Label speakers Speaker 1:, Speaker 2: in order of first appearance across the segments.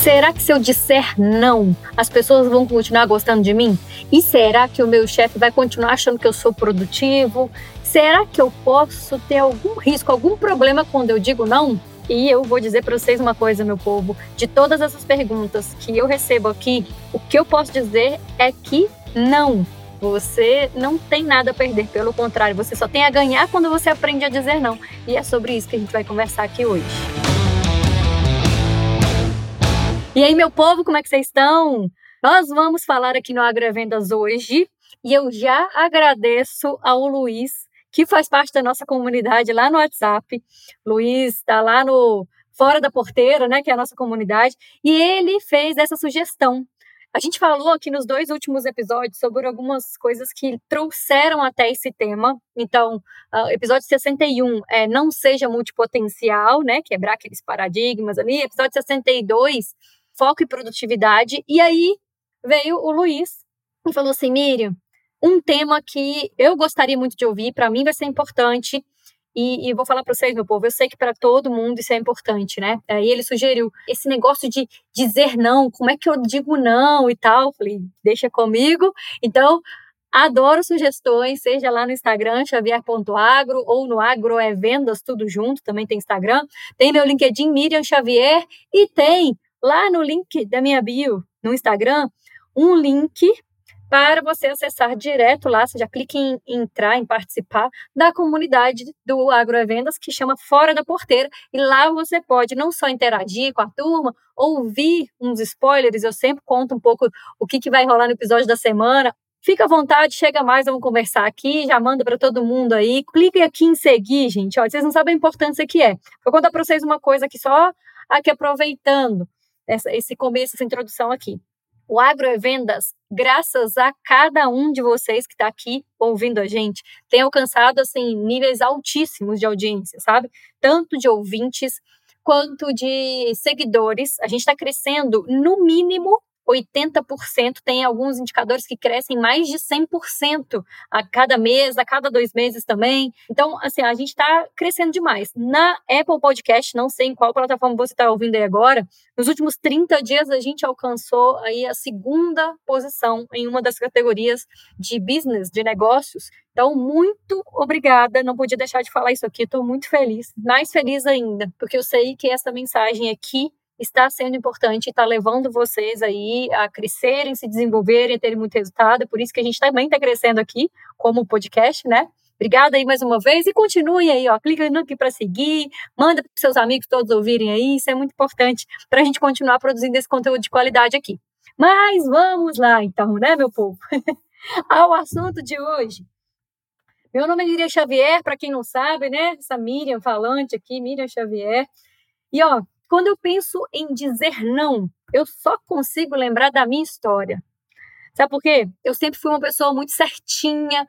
Speaker 1: Será que se eu disser não, as pessoas vão continuar gostando de mim? E será que o meu chefe vai continuar achando que eu sou produtivo? Será que eu posso ter algum risco, algum problema quando eu digo não? E eu vou dizer para vocês uma coisa, meu povo, de todas essas perguntas que eu recebo aqui, o que eu posso dizer é que não. Você não tem nada a perder, pelo contrário, você só tem a ganhar quando você aprende a dizer não. E é sobre isso que a gente vai conversar aqui hoje. E aí, meu povo, como é que vocês estão? Nós vamos falar aqui no Agrovendas hoje e eu já agradeço ao Luiz, que faz parte da nossa comunidade lá no WhatsApp. Luiz está lá no Fora da Porteira, né, que é a nossa comunidade, e ele fez essa sugestão. A gente falou aqui nos 2 últimos episódios sobre algumas coisas que trouxeram até esse tema. Então, episódio 61 é Não Seja Multipotencial, né, quebrar aqueles paradigmas ali. Episódio 62, Foco e Produtividade. E aí veio o Luiz e falou assim: Miriam, um tema que eu gostaria muito de ouvir, para mim vai ser importante, e vou falar para vocês, meu povo, eu sei que para todo mundo isso é importante, né? Aí ele sugeriu esse negócio de dizer não, como é que eu digo não e tal. Falei, deixa comigo. Então, adoro sugestões, seja lá no Instagram, xavier.agro, ou no Agrovendas, tudo junto, também tem Instagram. Tem meu LinkedIn, Miriam Xavier, e tem lá no link da minha bio, no Instagram, um link para você acessar direto lá, você já clica em entrar, em participar da comunidade do Agrovendas, que chama Fora da Porteira, e lá você pode não só interagir com a turma, ouvir uns spoilers, eu sempre conto um pouco o que vai rolar no episódio da semana. Fica à vontade, chega mais, vamos conversar aqui, já manda para todo mundo aí. Clique aqui em seguir, gente. Olha, vocês não sabem a importância que é. Vou contar para vocês uma coisa aqui só, aqui aproveitando esse começo, essa introdução aqui. O Agrovendas, graças a cada um de vocês que está aqui ouvindo a gente, tem alcançado assim, níveis altíssimos de audiência, sabe? Tanto de ouvintes quanto de seguidores. A gente está crescendo no mínimo 80%, tem alguns indicadores que crescem mais de 100% a cada mês, a cada 2 meses também. Então, assim, a gente está crescendo demais. Na Apple Podcast, não sei em qual plataforma você está ouvindo aí agora, nos últimos 30 dias a gente alcançou aí a 2ª posição em uma das categorias de business, de negócios. Então, muito obrigada, não podia deixar de falar isso aqui, estou muito feliz, mais feliz ainda, porque eu sei que essa mensagem aqui está sendo importante e está levando vocês aí a crescerem, se desenvolverem, a terem muito resultado. É por isso que a gente também está crescendo aqui como podcast, né? Obrigada aí mais uma vez e continuem aí, ó, clicando aqui para seguir, manda para seus amigos todos ouvirem aí, isso é muito importante para a gente continuar produzindo esse conteúdo de qualidade aqui. Mas vamos lá então, né, meu povo? Ao assunto de hoje. Meu nome é Miriam Xavier, para quem não sabe, né? Essa Miriam falante aqui, Miriam Xavier. E ó, quando eu penso em dizer não, eu só consigo lembrar da minha história. Sabe por quê? Eu sempre fui uma pessoa muito certinha,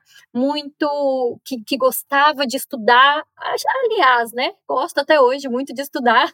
Speaker 1: muito que gostava de estudar. Aliás, né? Gosto até hoje muito de estudar.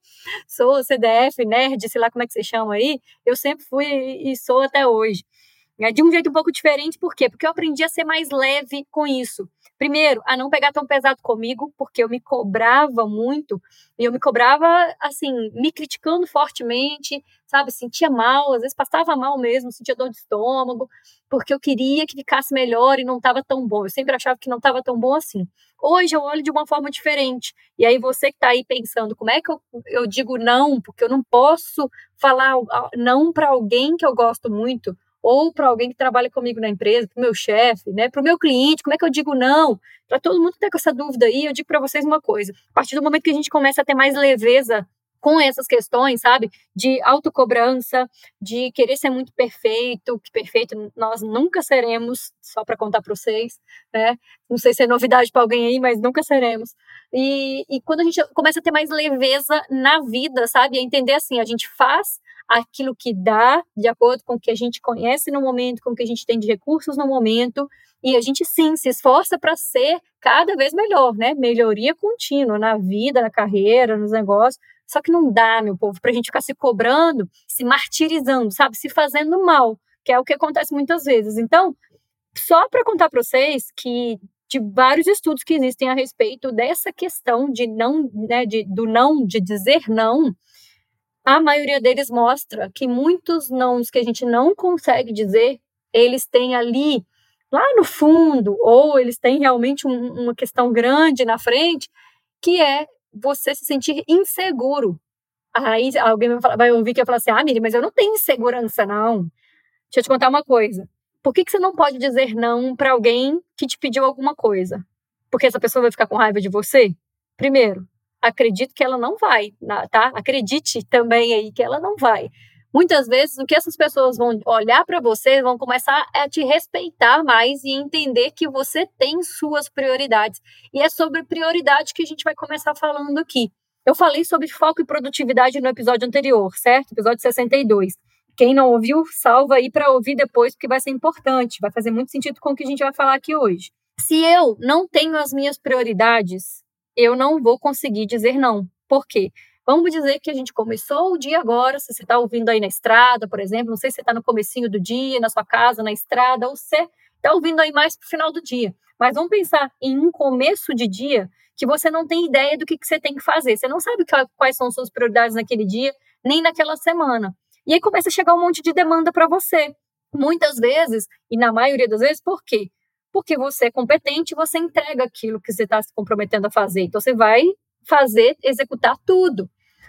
Speaker 1: Sou CDF, nerd, sei lá como é que você chama aí. Eu sempre fui e sou até hoje. De um jeito um pouco diferente, por quê? Porque eu aprendi a ser mais leve com isso. Primeiro, a não pegar tão pesado comigo, porque eu me cobrava muito, e eu me cobrava, assim, me criticando fortemente, sabe? Sentia mal, às vezes passava mal mesmo, sentia dor de estômago, porque eu queria que ficasse melhor e não estava tão bom. Eu sempre achava que não estava tão bom assim. Hoje eu olho de uma forma diferente. E aí você que está aí pensando, como é que eu digo não? Porque eu não posso falar não para alguém que eu gosto muito, ou para alguém que trabalha comigo na empresa, para o meu chefe, né, para o meu cliente, como é que eu digo não? Para todo mundo que está com essa dúvida aí, eu digo para vocês uma coisa: a partir do momento que a gente começa a ter mais leveza com essas questões, sabe, de autocobrança, de querer ser muito perfeito, que perfeito nós nunca seremos, só para contar para vocês, né? Não sei se é novidade para alguém aí, mas nunca seremos. E quando a gente começa a ter mais leveza na vida, sabe, a entender assim, a gente faz aquilo que dá, de acordo com o que a gente conhece no momento, com o que a gente tem de recursos no momento, e a gente sim se esforça para ser cada vez melhor, né? Melhoria contínua na vida, na carreira, nos negócios. Só que não dá, meu povo, para a gente ficar se cobrando, se martirizando, sabe? Se fazendo mal, que é o que acontece muitas vezes. Então, só para contar para vocês que de vários estudos que existem a respeito dessa questão de não, né, do não, de dizer não, a maioria deles mostra que muitos nãos que a gente não consegue dizer, eles têm ali, lá no fundo, ou eles têm realmente uma questão grande na frente, que é você se sentir inseguro. Aí alguém vai ouvir que eu falar assim, Miri, mas eu não tenho insegurança, não. Deixa eu te contar uma coisa. Por que você não pode dizer não para alguém que te pediu alguma coisa? Porque essa pessoa vai ficar com raiva de você? Primeiro, acredito que ela não vai, tá? Acredite também aí que ela não vai. Muitas vezes, o que essas pessoas vão olhar para você, vão começar a te respeitar mais e entender que você tem suas prioridades. E é sobre prioridade que a gente vai começar falando aqui. Eu falei sobre foco e produtividade no episódio anterior, certo? Episódio 62. Quem não ouviu, salva aí para ouvir depois, porque vai ser importante, vai fazer muito sentido com o que a gente vai falar aqui hoje. Se eu não tenho as minhas prioridades, eu não vou conseguir dizer não. Por quê? Vamos dizer que a gente começou o dia agora, se você está ouvindo aí na estrada, por exemplo, não sei se você está no comecinho do dia, na sua casa, na estrada, ou você está ouvindo aí mais para o final do dia. Mas vamos pensar em um começo de dia que você não tem ideia do que você tem que fazer. Você não sabe quais são suas prioridades naquele dia, nem naquela semana. E aí começa a chegar um monte de demanda para você. Muitas vezes, e na maioria das vezes, por quê? Porque você é competente, você entrega aquilo que você está se comprometendo a fazer. Então, você vai fazer, executar tudo.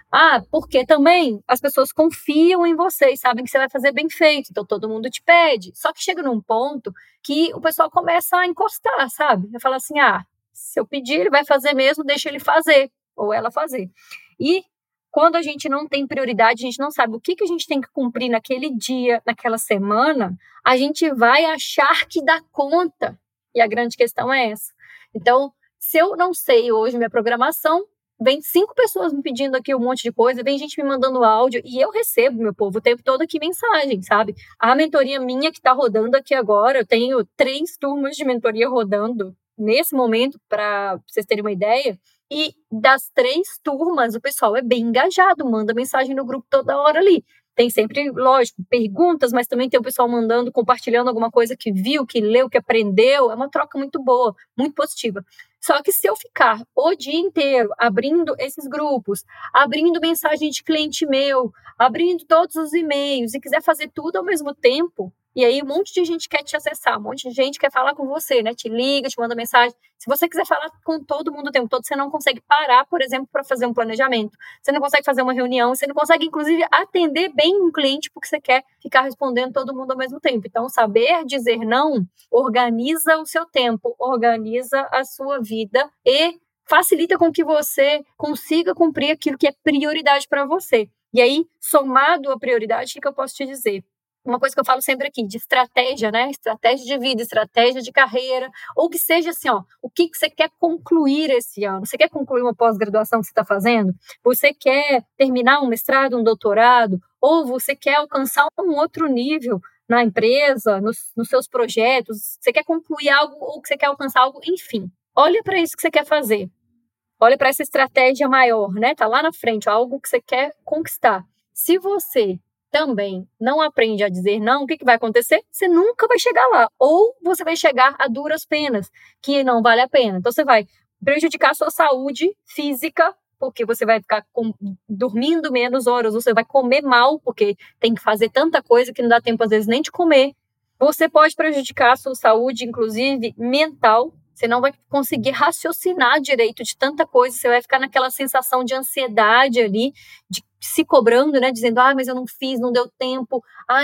Speaker 1: Porque também as pessoas confiam em você e sabem que você vai fazer bem feito, então todo mundo te pede. Só que chega num ponto que o pessoal começa a encostar, sabe? Vai falar assim, se eu pedir, ele vai fazer mesmo, deixa ele fazer, ou ela fazer. E quando a gente não tem prioridade, a gente não sabe o que a gente tem que cumprir naquele dia, naquela semana, a gente vai achar que dá conta. E a grande questão é essa. Então, se eu não sei hoje minha programação, vem 5 pessoas me pedindo aqui um monte de coisa, vem gente me mandando áudio, e eu recebo, meu povo, o tempo todo aqui mensagem, sabe? A mentoria minha que está rodando aqui agora, eu tenho 3 turmas de mentoria rodando nesse momento, para vocês terem uma ideia, e das 3 turmas, o pessoal é bem engajado, manda mensagem no grupo toda hora ali. Tem sempre, lógico, perguntas, mas também tem o pessoal mandando, compartilhando alguma coisa que viu, que leu, que aprendeu. É uma troca muito boa, muito positiva. Só que se eu ficar o dia inteiro abrindo esses grupos, abrindo mensagem de cliente meu, abrindo todos os e-mails e quiser fazer tudo ao mesmo tempo, e aí um monte de gente quer te acessar, um monte de gente quer falar com você, né? Te liga, te manda mensagem. Se você quiser falar com todo mundo o tempo todo, você não consegue parar, por exemplo, para fazer um planejamento. Você não consegue fazer uma reunião, você não consegue, inclusive, atender bem um cliente porque você quer ficar respondendo todo mundo ao mesmo tempo. Então, saber dizer não organiza o seu tempo, organiza a sua vida e facilita com que você consiga cumprir aquilo que é prioridade para você. E aí, somado à prioridade, o que eu posso te dizer? Uma coisa que eu falo sempre aqui, de estratégia, né? Estratégia de vida, estratégia de carreira, ou que seja assim, o que você quer concluir esse ano? Você quer concluir uma pós-graduação que você está fazendo? Você quer terminar um mestrado, um doutorado? Ou você quer alcançar um outro nível na empresa, nos seus projetos? Você quer concluir algo ou que você quer alcançar algo? Enfim, olha para isso que você quer fazer. Olha para essa estratégia maior, né? Tá lá na frente, algo que você quer conquistar. Se você também não aprende a dizer não, o que vai acontecer? Você nunca vai chegar lá. Ou você vai chegar a duras penas, que não vale a pena. Então, você vai prejudicar a sua saúde física, porque você vai ficar dormindo menos horas, você vai comer mal, porque tem que fazer tanta coisa que não dá tempo, às vezes, nem de comer. Você pode prejudicar a sua saúde, inclusive mental. Você não vai conseguir raciocinar direito de tanta coisa, você vai ficar naquela sensação de ansiedade ali, de se cobrando, né, dizendo, mas eu não fiz, não deu tempo,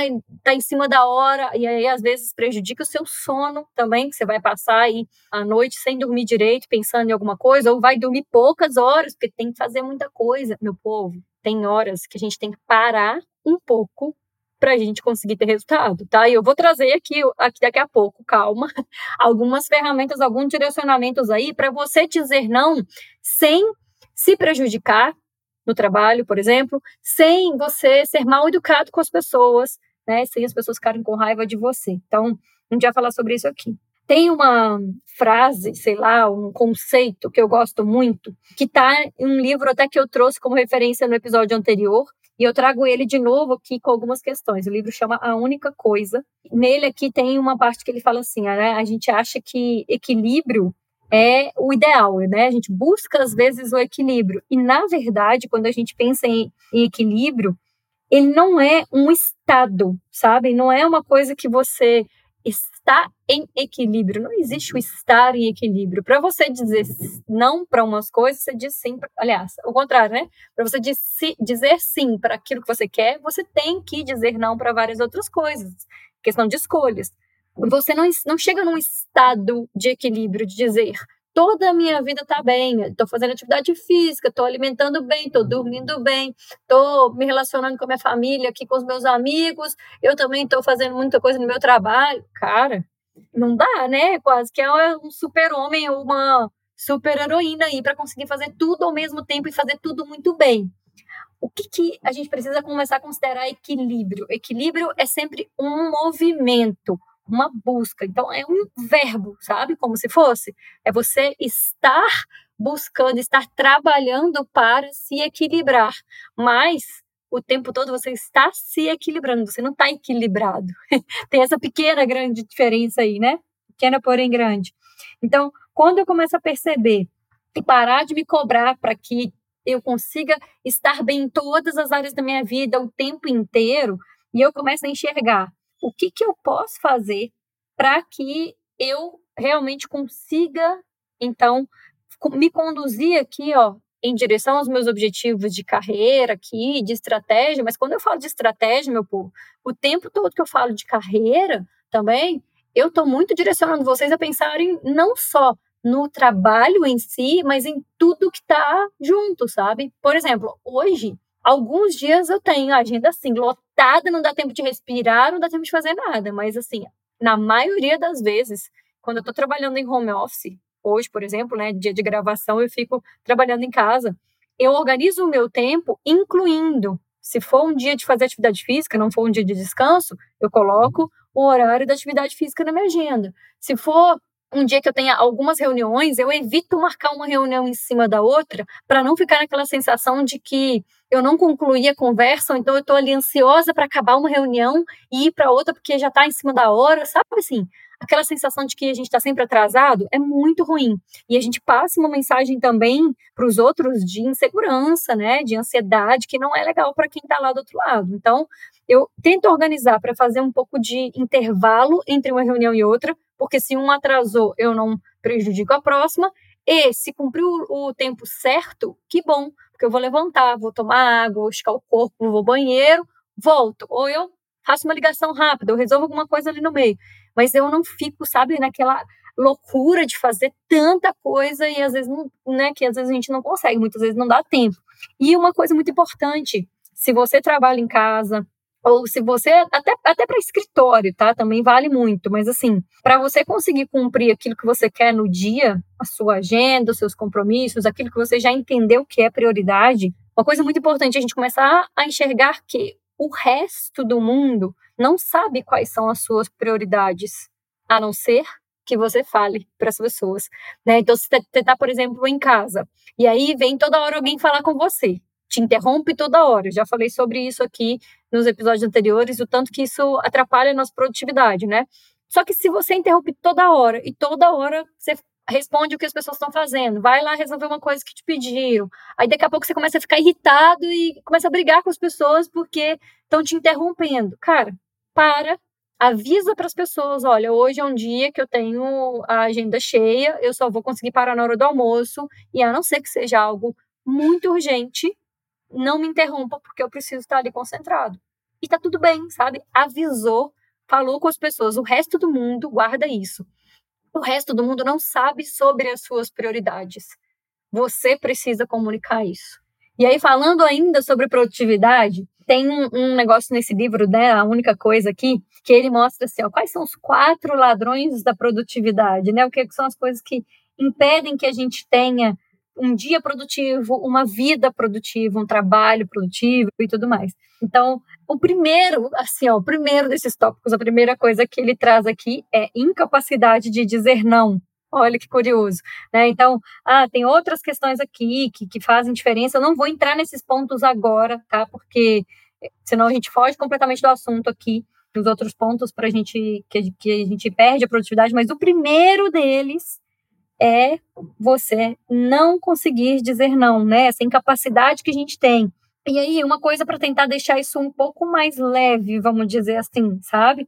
Speaker 1: tá em cima da hora, e aí às vezes prejudica o seu sono também, que você vai passar aí a noite sem dormir direito, pensando em alguma coisa, ou vai dormir poucas horas, porque tem que fazer muita coisa, meu povo. Tem horas que a gente tem que parar um pouco para a gente conseguir ter resultado, tá? E eu vou trazer aqui daqui a pouco, calma, algumas ferramentas, alguns direcionamentos aí para você dizer não sem se prejudicar no trabalho, por exemplo, sem você ser mal educado com as pessoas, né? Sem as pessoas ficarem com raiva de você. Então, a gente vai falar sobre isso aqui. Tem uma frase, sei lá, um conceito que eu gosto muito, que está em um livro até que eu trouxe como referência no episódio anterior, e eu trago ele de novo aqui com algumas questões. O livro chama A Única Coisa. Nele aqui tem uma parte que ele fala assim, né? A gente acha que equilíbrio é o ideal, né? A gente busca, às vezes, o equilíbrio. E, na verdade, quando a gente pensa em equilíbrio, ele não é um estado, sabe? Não é uma coisa que você está em equilíbrio. Não existe o estar em equilíbrio. Para você dizer não para umas coisas, você diz sim. Aliás, o contrário, né? Para você dizer sim para aquilo que você quer, você tem que dizer não para várias outras coisas. Questão de escolhas. Você não chega num estado de equilíbrio, de dizer toda a minha vida está bem, estou fazendo atividade física, estou alimentando bem, estou dormindo bem, estou me relacionando com a minha família, aqui com os meus amigos, eu também estou fazendo muita coisa no meu trabalho. Cara, não dá, né? Quase que é um super-homem ou uma super-heroína aí para conseguir fazer tudo ao mesmo tempo e fazer tudo muito bem. O que a gente precisa começar a considerar equilíbrio? Equilíbrio é sempre um movimento, uma busca. Então, é um verbo, sabe? Como se fosse. É você estar buscando, estar trabalhando para se equilibrar. Mas, o tempo todo, você está se equilibrando, você não está equilibrado. Tem essa pequena, grande diferença aí, né? Pequena, porém grande. Então, quando eu começo a perceber e parar de me cobrar para que eu consiga estar bem em todas as áreas da minha vida o tempo inteiro, e eu começo a enxergar o que eu posso fazer para que eu realmente consiga, então, me conduzir aqui, ó, em direção aos meus objetivos de carreira aqui, de estratégia. Mas quando eu falo de estratégia, meu povo, o tempo todo que eu falo de carreira também, eu estou muito direcionando vocês a pensarem não só no trabalho em si, mas em tudo que está junto, sabe? Por exemplo, hoje, alguns dias eu tenho a agenda assim, lotada, não dá tempo de respirar, não dá tempo de fazer nada, mas assim, na maioria das vezes, quando eu estou trabalhando em home office, hoje, por exemplo, né, dia de gravação, eu fico trabalhando em casa, eu organizo o meu tempo, incluindo, se for um dia de fazer atividade física, não for um dia de descanso, eu coloco o horário da atividade física na minha agenda. Se for um dia que eu tenha algumas reuniões, eu evito marcar uma reunião em cima da outra para não ficar naquela sensação de que eu não concluí a conversa, ou então eu estou ali ansiosa para acabar uma reunião e ir para outra porque já está em cima da hora, sabe assim? Aquela sensação de que a gente está sempre atrasado é muito ruim. E a gente passa uma mensagem também para os outros de insegurança, né? De ansiedade, que não é legal para quem está lá do outro lado. Então, eu tento organizar para fazer um pouco de intervalo entre uma reunião e outra, porque se um atrasou, eu não prejudico a próxima. E se cumpriu o tempo certo, que bom, porque eu vou levantar, vou tomar água, vou esticar o corpo, vou ao banheiro, volto. Ou eu faço uma ligação rápida, eu resolvo alguma coisa ali no meio. Mas eu não fico, sabe, naquela loucura de fazer tanta coisa e às vezes não, né, que às vezes a gente não consegue, muitas vezes não dá tempo. E uma coisa muito importante, se você trabalha em casa, ou se você, até para escritório, tá? Também vale muito, mas assim, para você conseguir cumprir aquilo que você quer no dia, a sua agenda, os seus compromissos, aquilo que você já entendeu que é prioridade, uma coisa muito importante é a gente começar a enxergar que o resto do mundo não sabe quais são as suas prioridades, a não ser que você fale para as pessoas, né? Então, se você está, por exemplo, em casa, e aí vem toda hora alguém falar com você, te interrompe toda hora. Eu já falei sobre isso aqui nos episódios anteriores, o tanto que isso atrapalha a nossa produtividade, né? Só que se você interrompe toda hora, e toda hora você responde o que as pessoas estão fazendo, vai lá resolver uma coisa que te pediram, aí daqui a pouco você começa a ficar irritado e começa a brigar com as pessoas porque estão te interrompendo. Cara, avisa para as pessoas, olha, hoje é um dia que eu tenho a agenda cheia, eu só vou conseguir parar na hora do almoço, e a não ser que seja algo muito urgente, não me interrompa, porque eu preciso estar ali concentrado. E tá tudo bem, sabe? Avisou, falou com as pessoas. O resto do mundo guarda isso. O resto do mundo não sabe sobre as suas prioridades. Você precisa comunicar isso. E aí, falando ainda sobre produtividade, tem um negócio nesse livro, né? A única coisa aqui, que ele mostra assim, ó, quais são os 4 ladrões da produtividade, né? O que são as coisas que impedem que a gente tenha um dia produtivo, uma vida produtiva, um trabalho produtivo e tudo mais. Então, o primeiro, assim, ó, o primeiro desses tópicos, a primeira coisa que ele traz aqui é incapacidade de dizer não. Olha que curioso, né? Então, tem outras questões aqui que fazem diferença. Eu não vou entrar nesses pontos agora, tá? Porque senão a gente foge completamente do assunto aqui, dos outros pontos para a gente que a gente perde a produtividade. Mas o primeiro deles é você não conseguir dizer não, né? Essa incapacidade que a gente tem. E aí, uma coisa para tentar deixar isso um pouco mais leve, vamos dizer assim, sabe?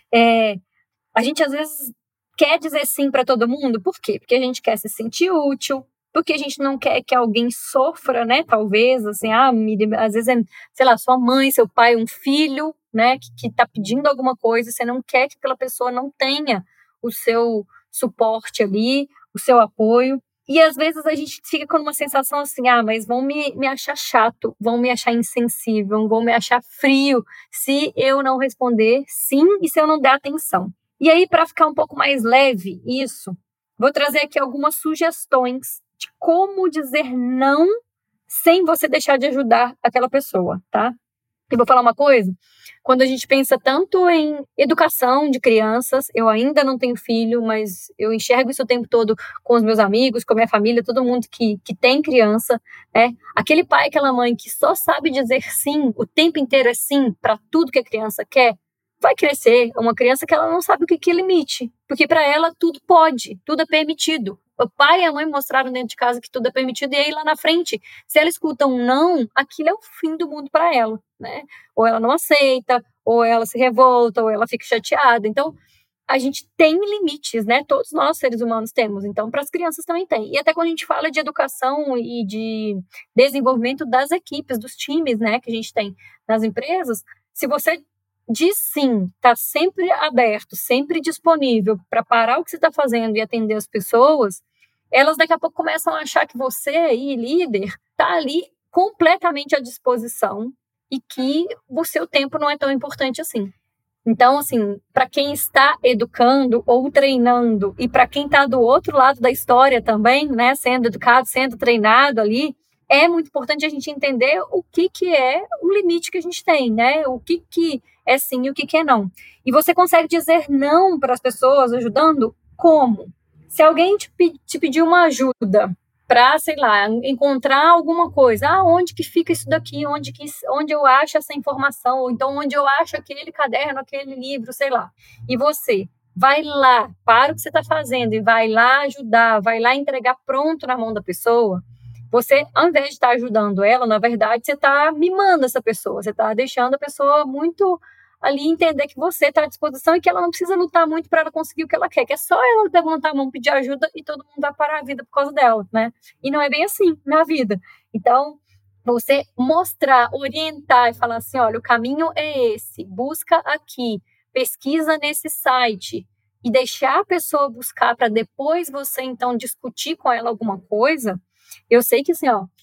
Speaker 1: É, a gente às vezes quer dizer sim para todo mundo, por quê? Porque a gente quer se sentir útil, porque a gente não quer que alguém sofra, né? Talvez, assim, às vezes é, sei lá, sua mãe, seu pai, um filho, né, que tá pedindo alguma coisa, você não quer que aquela pessoa não tenha o seu suporte ali, o seu apoio. E às vezes a gente fica com uma sensação assim, mas vão me achar chato, vão me achar insensível, vão me achar frio se eu não responder sim e se eu não der atenção. E aí, para ficar um pouco mais leve isso, vou trazer aqui algumas sugestões de como dizer não sem você deixar de ajudar aquela pessoa, tá? E vou falar uma coisa, quando a gente pensa tanto em educação de crianças, eu ainda não tenho filho, mas eu enxergo isso o tempo todo com os meus amigos, com a minha família, todo mundo que tem criança, né? Aquele pai, aquela mãe que só sabe dizer sim, o tempo inteiro é sim para tudo que a criança quer, vai crescer uma criança que ela não sabe o que é limite, porque para ela tudo pode, tudo é permitido. O pai e a mãe mostraram dentro de casa que tudo é permitido, e aí lá na frente, se ela escuta um não, aquilo é o fim do mundo para ela, né? Ou ela não aceita, ou ela se revolta, ou ela fica chateada. Então, a gente tem limites, né? Todos nós, seres humanos, temos. Então, para as crianças também tem. E até quando a gente fala de educação e de desenvolvimento das equipes, dos times, né, que a gente tem nas empresas, se você diz sim, está sempre aberto, sempre disponível para parar o que você está fazendo e atender as pessoas, elas daqui a pouco começam a achar que você, aí, líder, está ali completamente à disposição e que o seu tempo não é tão importante assim. Então, assim, para quem está educando ou treinando e para quem está do outro lado da história também, né, sendo educado, sendo treinado ali, é muito importante a gente entender o que é o limite que a gente tem, né? O que é sim e o que é não. E você consegue dizer não para as pessoas ajudando como? Se alguém te pedir uma ajuda para, sei lá, encontrar alguma coisa. Onde que fica isso daqui? Onde eu acho essa informação? Ou então, onde eu acho aquele caderno, aquele livro, sei lá. E você vai lá, para o que você está fazendo e vai lá ajudar, vai lá entregar pronto na mão da pessoa. Você, ao invés de estar ajudando ela, na verdade, você está mimando essa pessoa. Você está deixando a pessoa muito ali entender que você está à disposição e que ela não precisa lutar muito para ela conseguir o que ela quer, que é só ela levantar a mão, pedir ajuda e todo mundo vai parar a vida por causa dela, né? E não é bem assim na vida. Então, você mostrar, orientar e falar assim, olha, o caminho é esse, busca aqui, pesquisa nesse site e deixar a pessoa buscar para depois você, então, discutir com ela alguma coisa. Eu sei que, assim,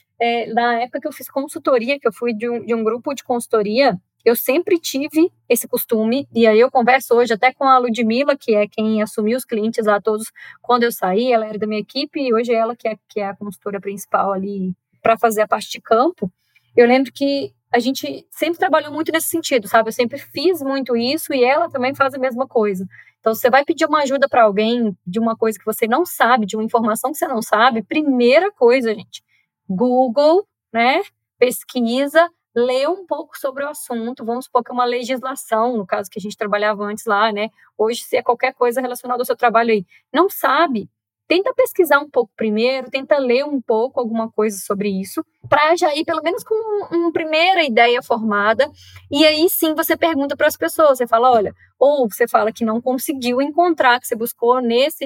Speaker 1: na época que eu fiz consultoria, que eu fui de um grupo de consultoria, eu sempre tive esse costume, e aí eu converso hoje até com a Ludmilla, que é quem assumiu os clientes lá todos quando eu saí, ela era da minha equipe, e hoje é ela que é a consultora principal ali para fazer a parte de campo. Eu lembro que a gente sempre trabalhou muito nesse sentido, sabe? Eu sempre fiz muito isso e ela também faz a mesma coisa. Então, você vai pedir uma ajuda para alguém de uma coisa que você não sabe, de uma informação que você não sabe, primeira coisa, gente, Google, né? Pesquisa, lê um pouco sobre o assunto, vamos supor que é uma legislação, no caso que a gente trabalhava antes lá, né? Hoje, se é qualquer coisa relacionada ao seu trabalho aí, não sabe, tenta pesquisar um pouco primeiro, tenta ler um pouco alguma coisa sobre isso, para já ir pelo menos com uma primeira ideia formada, e aí sim você pergunta para as pessoas, você fala, olha, ou você fala que não conseguiu encontrar, que você buscou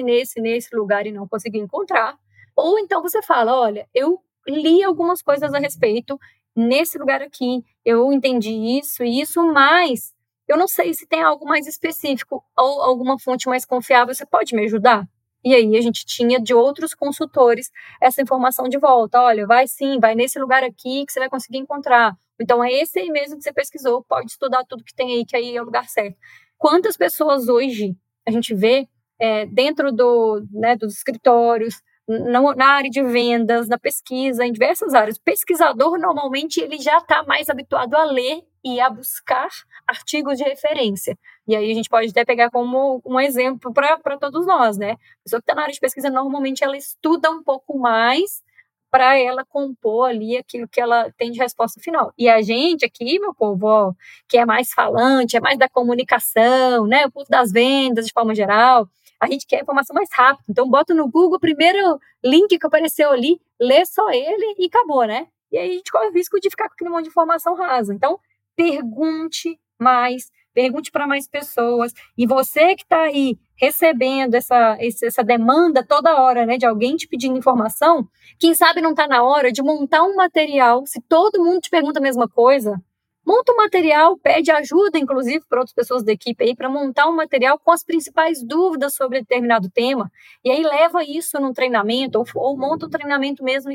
Speaker 1: nesse lugar e não conseguiu encontrar, ou então você fala, olha, eu li algumas coisas a respeito nesse lugar aqui, eu entendi isso e isso, mas eu não sei se tem algo mais específico ou alguma fonte mais confiável, você pode me ajudar? E aí a gente tinha de outros consultores essa informação de volta, olha, vai sim, vai nesse lugar aqui que você vai conseguir encontrar. Então é esse aí mesmo que você pesquisou, pode estudar tudo que tem aí, que aí é o lugar certo. Quantas pessoas hoje a gente vê dentro dos escritórios, na área de vendas, na pesquisa, em diversas áreas. O pesquisador, normalmente, ele já está mais habituado a ler e a buscar artigos de referência. E aí a gente pode até pegar como um exemplo para todos nós, né? A pessoa que está na área de pesquisa, normalmente, ela estuda um pouco mais para ela compor ali aquilo que ela tem de resposta final. E a gente aqui, meu povo, que é mais falante, é mais da comunicação, né? O povo das vendas, de forma geral, A gente quer informação mais rápido. Então, bota no Google o primeiro link que apareceu ali, lê só ele e acabou, né? E aí a gente corre o risco de ficar com aquele monte de informação rasa. Então, pergunte mais, pergunte para mais pessoas. E você que está aí recebendo essa demanda toda hora, né, de alguém te pedindo informação, quem sabe não está na hora de montar um material. Se todo mundo te pergunta a mesma coisa, monta um material, pede ajuda, inclusive, para outras pessoas da equipe aí, para montar um material com as principais dúvidas sobre determinado tema. E aí leva isso num treinamento, ou monta um treinamento mesmo e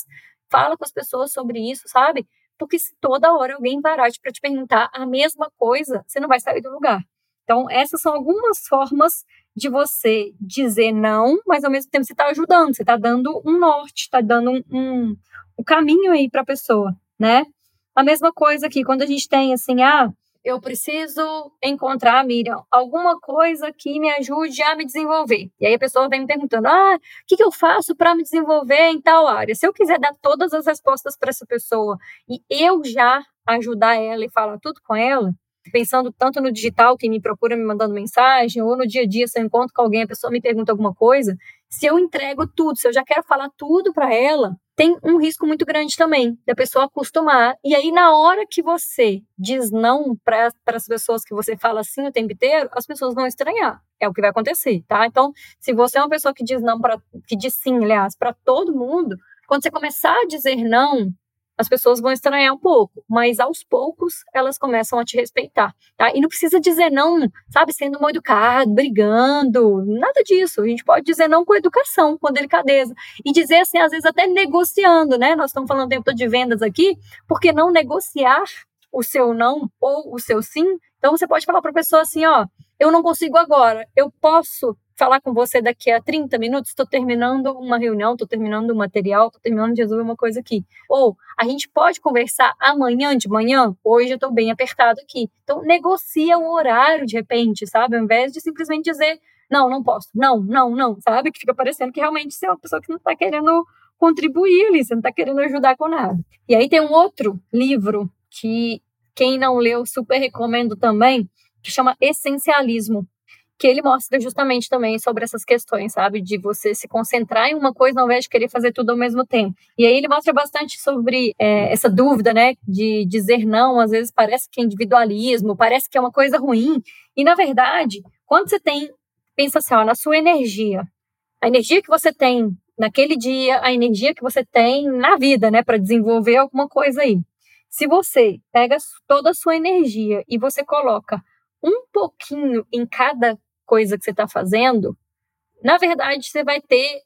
Speaker 1: fala com as pessoas sobre isso, sabe? Porque se toda hora alguém parar para te perguntar a mesma coisa, você não vai sair do lugar. Então, essas são algumas formas de você dizer não, mas ao mesmo tempo você está ajudando, você está dando um norte, está dando um caminho aí para a pessoa, né? A mesma coisa aqui, quando a gente tem assim, eu preciso encontrar, Miriam, alguma coisa que me ajude a me desenvolver. E aí a pessoa vem me perguntando, o que eu faço para me desenvolver em tal área? Se eu quiser dar todas as respostas para essa pessoa e eu já ajudar ela e falar tudo com ela, pensando tanto no digital, quem me procura me mandando mensagem, ou no dia a dia, se eu encontro com alguém, a pessoa me pergunta alguma coisa, se eu entrego tudo, se eu já quero falar tudo para ela, tem um risco muito grande também da pessoa acostumar. E aí, na hora que você diz não para as pessoas que você fala assim o tempo inteiro, as pessoas vão estranhar. É o que vai acontecer, tá? Então, se você é uma pessoa que diz não, que diz sim, aliás, para todo mundo, quando você começar a dizer não, as pessoas vão estranhar um pouco, mas aos poucos elas começam a te respeitar, tá? E não precisa dizer não, sabe, sendo mal educado, brigando, nada disso. A gente pode dizer não com educação, com delicadeza. E dizer assim, às vezes até negociando, né? Nós estamos falando o tempo todo de vendas aqui, por que não negociar o seu não ou o seu sim? Então você pode falar para a pessoa assim, eu não consigo agora, eu posso falar com você daqui a 30 minutos, estou terminando uma reunião, estou terminando um material, estou terminando de resolver uma coisa aqui. Ou, a gente pode conversar amanhã de manhã? Hoje eu estou bem apertado aqui. Então, negocia o horário de repente, sabe? Ao invés de simplesmente dizer, não posso, não, sabe? Que fica parecendo que realmente você é uma pessoa que não está querendo contribuir ali, você não está querendo ajudar com nada. E aí tem um outro livro que quem não leu, super recomendo também, que chama Essencialismo, que ele mostra justamente também sobre essas questões, sabe? De você se concentrar em uma coisa ao invés de querer fazer tudo ao mesmo tempo. E aí ele mostra bastante sobre essa dúvida, né? De dizer não, às vezes parece que é individualismo, parece que é uma coisa ruim. E, na verdade, quando você pensa assim, na sua energia, a energia que você tem naquele dia, a energia que você tem na vida, né? Para desenvolver alguma coisa aí. Se você pega toda a sua energia e você coloca um pouquinho em cada coisa que você está fazendo, na verdade, você vai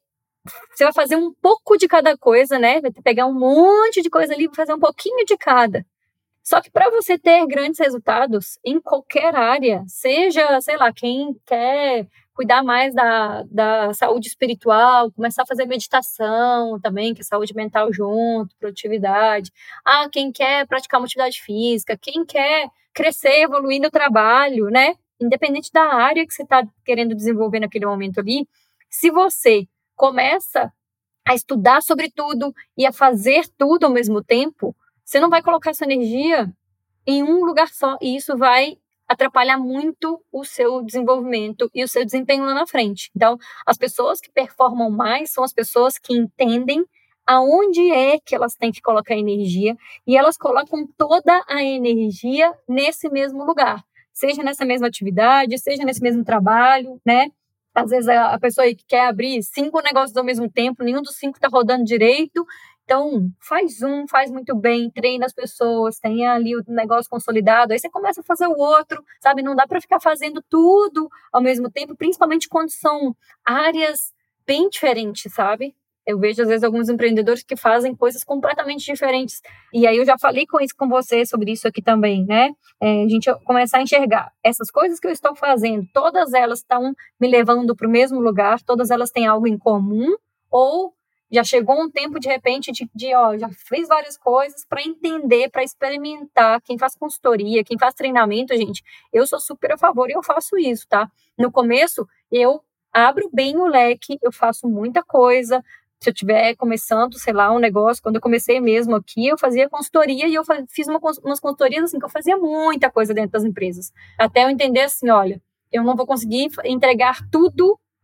Speaker 1: fazer um pouco de cada coisa, né? Vai pegar um monte de coisa ali e fazer um pouquinho de cada. Só que para você ter grandes resultados em qualquer área, seja, sei lá, quem quer cuidar mais da saúde espiritual, começar a fazer meditação também, que é saúde mental junto, produtividade. Quem quer praticar uma atividade física, quem quer crescer, evoluir no trabalho, né? Independente da área que você está querendo desenvolver naquele momento ali, se você começa a estudar sobre tudo e a fazer tudo ao mesmo tempo, você não vai colocar sua energia em um lugar só, e isso vai atrapalhar muito o seu desenvolvimento e o seu desempenho lá na frente. Então, as pessoas que performam mais são as pessoas que entendem aonde é que elas têm que colocar energia, e elas colocam toda a energia nesse mesmo lugar, seja nessa mesma atividade, seja nesse mesmo trabalho, né? Às vezes a pessoa aí que quer abrir 5 negócios ao mesmo tempo, nenhum dos 5 está rodando direito. Então, faz muito bem, treina as pessoas, tenha ali o negócio consolidado, aí você começa a fazer o outro, sabe? Não dá para ficar fazendo tudo ao mesmo tempo, principalmente quando são áreas bem diferentes, sabe? Eu vejo, às vezes, alguns empreendedores que fazem coisas completamente diferentes. E aí eu já falei com você sobre isso aqui também, né? A gente começar a enxergar essas coisas que eu estou fazendo, todas elas estão me levando para o mesmo lugar, todas elas têm algo em comum, ou já chegou um tempo, de repente, já fiz várias coisas para entender, para experimentar. Quem faz consultoria, quem faz treinamento, gente, eu sou super a favor e eu faço isso, tá? No começo, eu abro bem o leque, eu faço muita coisa. Se eu estiver começando, sei lá, um negócio, quando eu comecei mesmo aqui, eu fazia consultoria e eu fiz umas consultorias assim, que eu fazia muita coisa dentro das empresas. Até eu entender assim, olha, eu não vou conseguir entregar tudo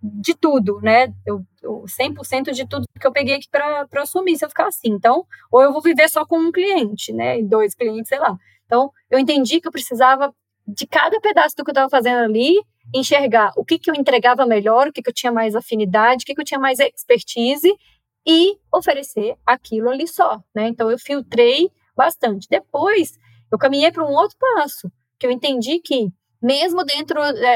Speaker 1: de tudo, né? Eu 100% de tudo que eu peguei aqui para assumir, se eu ficar assim. Então, ou eu vou viver só com um cliente, né? E 2 clientes, sei lá. Então, eu entendi que eu precisava de cada pedaço do que eu estava fazendo ali, enxergar o que eu entregava melhor, o que eu tinha mais afinidade, o que eu tinha mais expertise e oferecer aquilo ali só, né? Então, eu filtrei bastante. Depois, eu caminhei para um outro passo, que eu entendi que, mesmo dentro,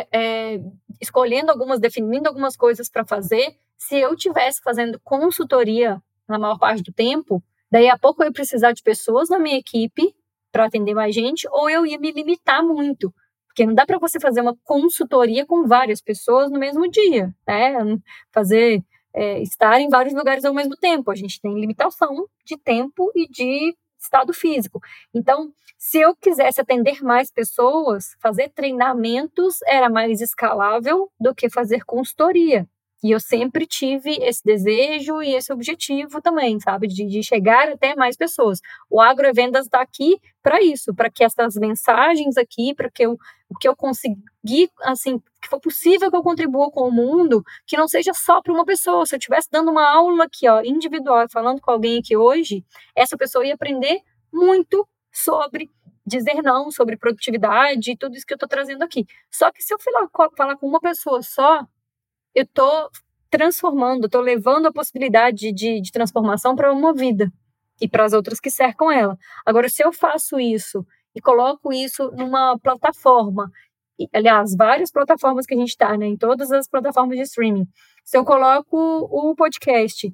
Speaker 1: escolhendo definindo algumas coisas para fazer, se eu tivesse fazendo consultoria na maior parte do tempo, daí a pouco eu ia precisar de pessoas na minha equipe para atender mais gente, ou eu ia me limitar muito, porque não dá para você fazer uma consultoria com várias pessoas no mesmo dia, né? Fazer estar em vários lugares ao mesmo tempo. A gente tem limitação de tempo e de estado físico. Então, se eu quisesse atender mais pessoas, fazer treinamentos era mais escalável do que fazer consultoria. E eu sempre tive esse desejo e esse objetivo também, sabe? De chegar até mais pessoas. O Agrovendas está aqui para isso, para que essas mensagens aqui, para que o que eu conseguir, assim, que for possível que eu contribua com o mundo, que não seja só para uma pessoa. Se eu estivesse dando uma aula aqui, ó, individual, falando com alguém aqui hoje, essa pessoa ia aprender muito sobre dizer não, sobre produtividade e tudo isso que eu estou trazendo aqui. Só que se eu falar com uma pessoa só, eu estou transformando, estou levando a possibilidade de transformação para uma vida e para as outras que cercam ela. Agora, se eu faço isso e coloco isso numa plataforma, aliás, várias plataformas que a gente está, né, em todas as plataformas de streaming, se eu coloco o podcast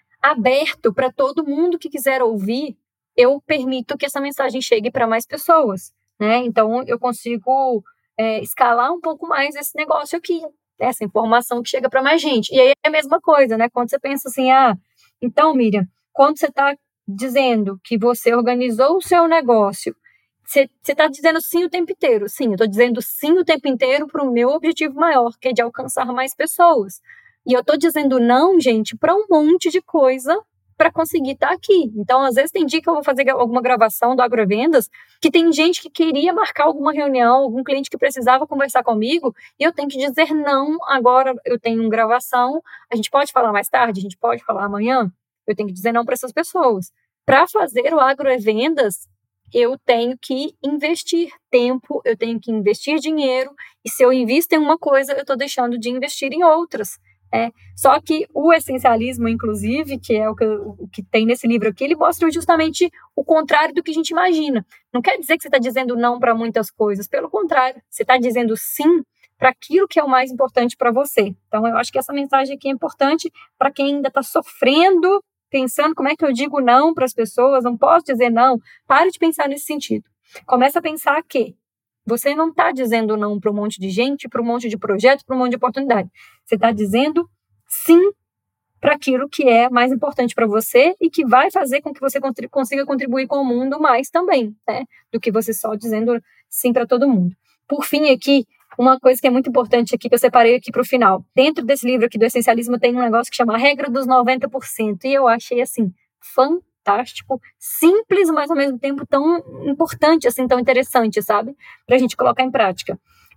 Speaker 1: aberto para todo mundo que quiser ouvir, eu permito que essa mensagem chegue para mais pessoas, né? Então, eu consigo escalar um pouco mais esse negócio aqui, essa informação que chega para mais gente. E aí é a mesma coisa, né? Quando você pensa assim, então, Miriam, quando você está dizendo que você organizou o seu negócio, você está dizendo sim o tempo inteiro. Sim, eu estou dizendo sim o tempo inteiro para o meu objetivo maior, que é de alcançar mais pessoas. E eu estou dizendo não, gente, para um monte de coisa para conseguir estar aqui. Então, às vezes tem dia que eu vou fazer alguma gravação do Agrovendas, que tem gente que queria marcar alguma reunião, algum cliente que precisava conversar comigo, e eu tenho que dizer não, agora eu tenho uma gravação, a gente pode falar mais tarde, a gente pode falar amanhã, eu tenho que dizer não para essas pessoas. Para fazer o Agrovendas, eu tenho que investir tempo, eu tenho que investir dinheiro, e se eu invisto em uma coisa, eu estou deixando de investir em outras. Só que o essencialismo, inclusive, que é o que tem nesse livro aqui, ele mostra justamente o contrário do que a gente imagina. Não quer dizer que você está dizendo não para muitas coisas, pelo contrário, você está dizendo sim para aquilo que é o mais importante para você. Então, eu acho que essa mensagem aqui é importante para quem ainda está sofrendo, pensando como é que eu digo não para as pessoas, não posso dizer não. Pare de pensar nesse sentido. Começa a pensar que você não está dizendo não para um monte de gente, para um monte de projetos, para um monte de oportunidade. Você está dizendo sim para aquilo que é mais importante para você e que vai fazer com que você consiga contribuir com o mundo mais também, né? Do que você só dizendo sim para todo mundo. Por fim, aqui, uma coisa que é muito importante aqui, que eu separei aqui para o final. Dentro desse livro aqui do Essencialismo tem um negócio que chama a Regra dos 90%, e eu achei, assim, fantástico, simples, mas ao mesmo tempo tão importante, assim, tão interessante, sabe? Para a gente colocar em prática.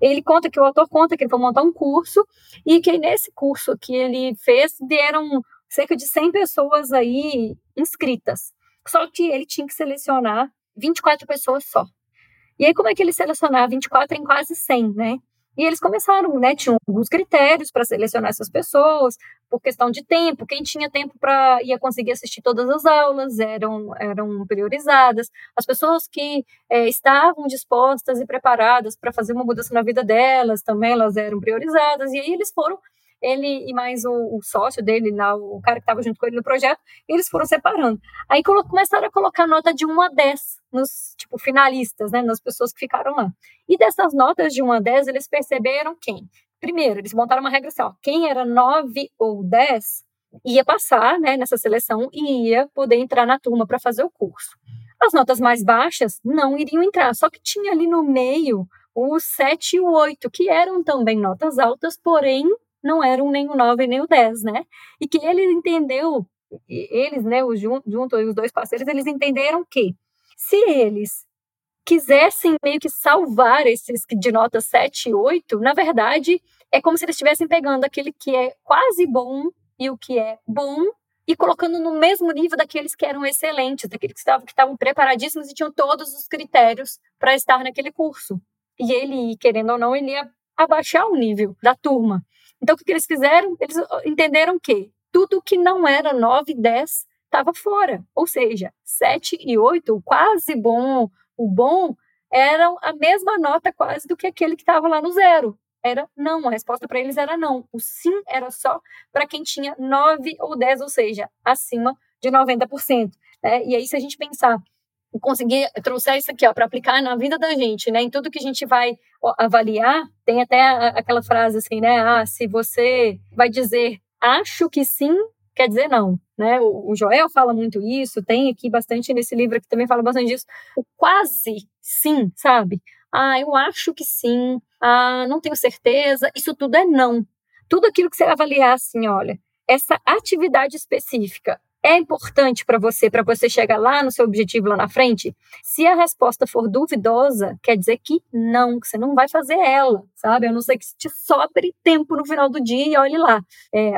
Speaker 1: O autor conta que ele foi montar um curso e que nesse curso que ele fez, deram cerca de 100 pessoas aí inscritas. Só que ele tinha que selecionar 24 pessoas só. E aí, como é que ele selecionava 24 em quase 100, né? E eles começaram, né? Tinham alguns critérios para selecionar essas pessoas, por questão de tempo. Quem tinha tempo ia conseguir assistir todas as aulas, eram priorizadas. As pessoas que estavam dispostas e preparadas para fazer uma mudança na vida delas, também elas eram priorizadas. E aí eles foram, ele e mais o sócio dele, lá, o cara que estava junto com ele no projeto, eles foram separando. Aí começaram a colocar nota de 1 a 10 nos finalistas, né, nas pessoas que ficaram lá. E dessas notas de 1 a 10, eles perceberam quem? Primeiro, eles montaram uma regra assim, quem era 9 ou 10 ia passar, né, nessa seleção e ia poder entrar na turma para fazer o curso. As notas mais baixas não iriam entrar, só que tinha ali no meio os 7 e o 8, que eram também notas altas, porém não eram nem o 9 nem o 10, né? E que ele entendeu, eles, né, junto os dois parceiros, eles entenderam que se eles quisessem meio que salvar esses de nota 7 e 8, na verdade, é como se eles estivessem pegando aquele que é quase bom e o que é bom e colocando no mesmo nível daqueles que eram excelentes, daqueles que estavam preparadíssimos e tinham todos os critérios para estar naquele curso. E ele, querendo ou não, ele ia abaixar o nível da turma. Então, o que eles fizeram? Eles entenderam que tudo que não era 9 e 10 estava fora. Ou seja, 7 e 8, o quase bom, o bom, eram a mesma nota quase do que aquele que estava lá no 0. Era não, a resposta para eles era não. O sim era só para quem tinha 9 ou 10, ou seja, acima de 90%. E aí, se a gente pensar, conseguir trouxer isso aqui para aplicar na vida da gente, né, em tudo que a gente vai avaliar, tem até aquela frase assim, né, se você vai dizer acho que sim, quer dizer não, né? O Joel fala muito isso, tem aqui bastante nesse livro que também fala bastante disso. O quase sim, sabe? Eu acho que sim, não tenho certeza, isso tudo é não. Tudo aquilo que você avaliar assim, olha, essa atividade específica é importante para você chegar lá no seu objetivo lá na frente? Se a resposta for duvidosa, quer dizer que não, que você não vai fazer ela, sabe? A não ser que te sobre tempo no final do dia e olhe lá.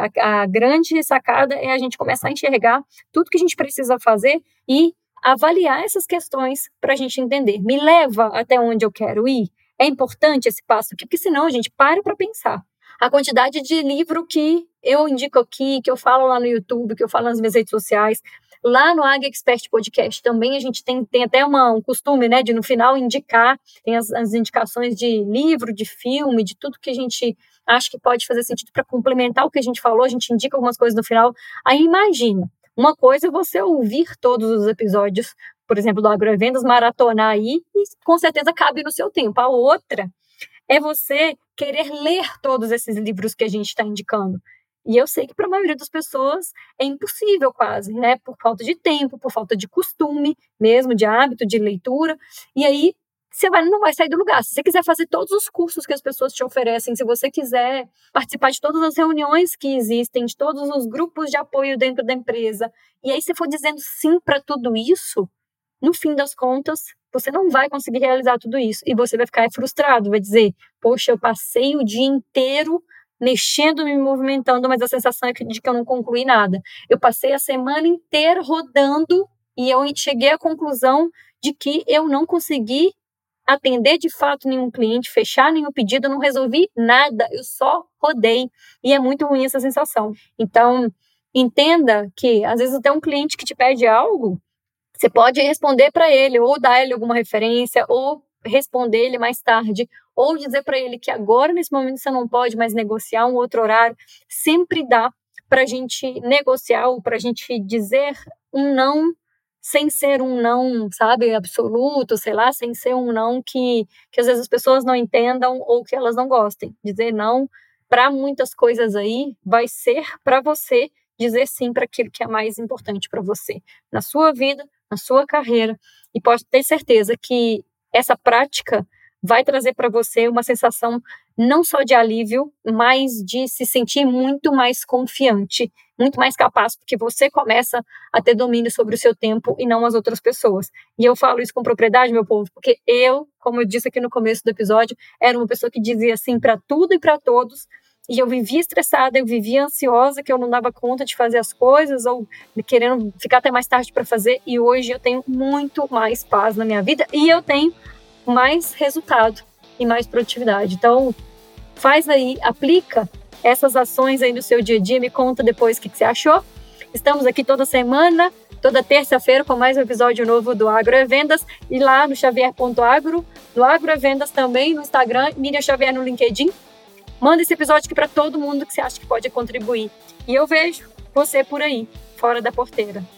Speaker 1: A grande sacada é a gente começar a enxergar tudo que a gente precisa fazer e avaliar essas questões para a gente entender. Me leva até onde eu quero ir? É importante esse passo aqui, porque senão a gente para pensar. A quantidade de livro que eu indico aqui, que eu falo lá no YouTube, que eu falo nas minhas redes sociais, lá no Ag Expert Podcast também a gente tem até um costume, né, de no final indicar, tem as indicações de livro, de filme, de tudo que a gente acha que pode fazer sentido para complementar o que a gente falou, a gente indica algumas coisas no final. Aí imagina, uma coisa é você ouvir todos os episódios, por exemplo, do Agrovendas, maratonar aí, e com certeza cabe no seu tempo. A outra é você querer ler todos esses livros que a gente está indicando. E eu sei que para a maioria das pessoas é impossível quase, né? Por falta de tempo, por falta de costume mesmo, de hábito, de leitura. E aí você não vai sair do lugar. Se você quiser fazer todos os cursos que as pessoas te oferecem, se você quiser participar de todas as reuniões que existem, de todos os grupos de apoio dentro da empresa, e aí você for dizendo sim para tudo isso, no fim das contas, você não vai conseguir realizar tudo isso. E você vai ficar frustrado, vai dizer, poxa, eu passei o dia inteiro mexendo, me movimentando, mas a sensação é de que eu não concluí nada. Eu passei a semana inteira rodando e eu cheguei à conclusão de que eu não consegui atender de fato nenhum cliente, fechar nenhum pedido, eu não resolvi nada, eu só rodei. E é muito ruim essa sensação. Então, entenda que, às vezes, até um cliente que te pede algo, você pode responder para ele, ou dar ele alguma referência, ou responder ele mais tarde, ou dizer para ele que agora, nesse momento, você não pode mais negociar um outro horário. Sempre dá para a gente negociar, ou para a gente dizer um não, sem ser um não, sabe, absoluto, sei lá, sem ser um não que às vezes as pessoas não entendam ou que elas não gostem. Dizer não para muitas coisas aí vai ser para você dizer sim para aquilo que é mais importante para você, na sua vida, na sua carreira, e pode ter certeza que essa prática vai trazer para você uma sensação não só de alívio, mas de se sentir muito mais confiante, muito mais capaz, porque você começa a ter domínio sobre o seu tempo e não as outras pessoas. E eu falo isso com propriedade, meu povo, porque eu, como eu disse aqui no começo do episódio, era uma pessoa que dizia sim para tudo e para todos, e eu vivia estressada, eu vivia ansiosa, que eu não dava conta de fazer as coisas, ou querendo ficar até mais tarde para fazer, e hoje eu tenho muito mais paz na minha vida, e eu tenho mais resultado e mais produtividade. Então, faz aí, aplica essas ações aí no seu dia a dia, me conta depois o que você achou. Estamos aqui toda semana, toda terça-feira, com mais um episódio novo do Agro é Vendas, e lá no xavier.agro, do Agro é Vendas também, no Instagram, Miriam Xavier no LinkedIn. Manda esse episódio aqui para todo mundo que você acha que pode contribuir. E eu vejo você por aí, fora da porteira.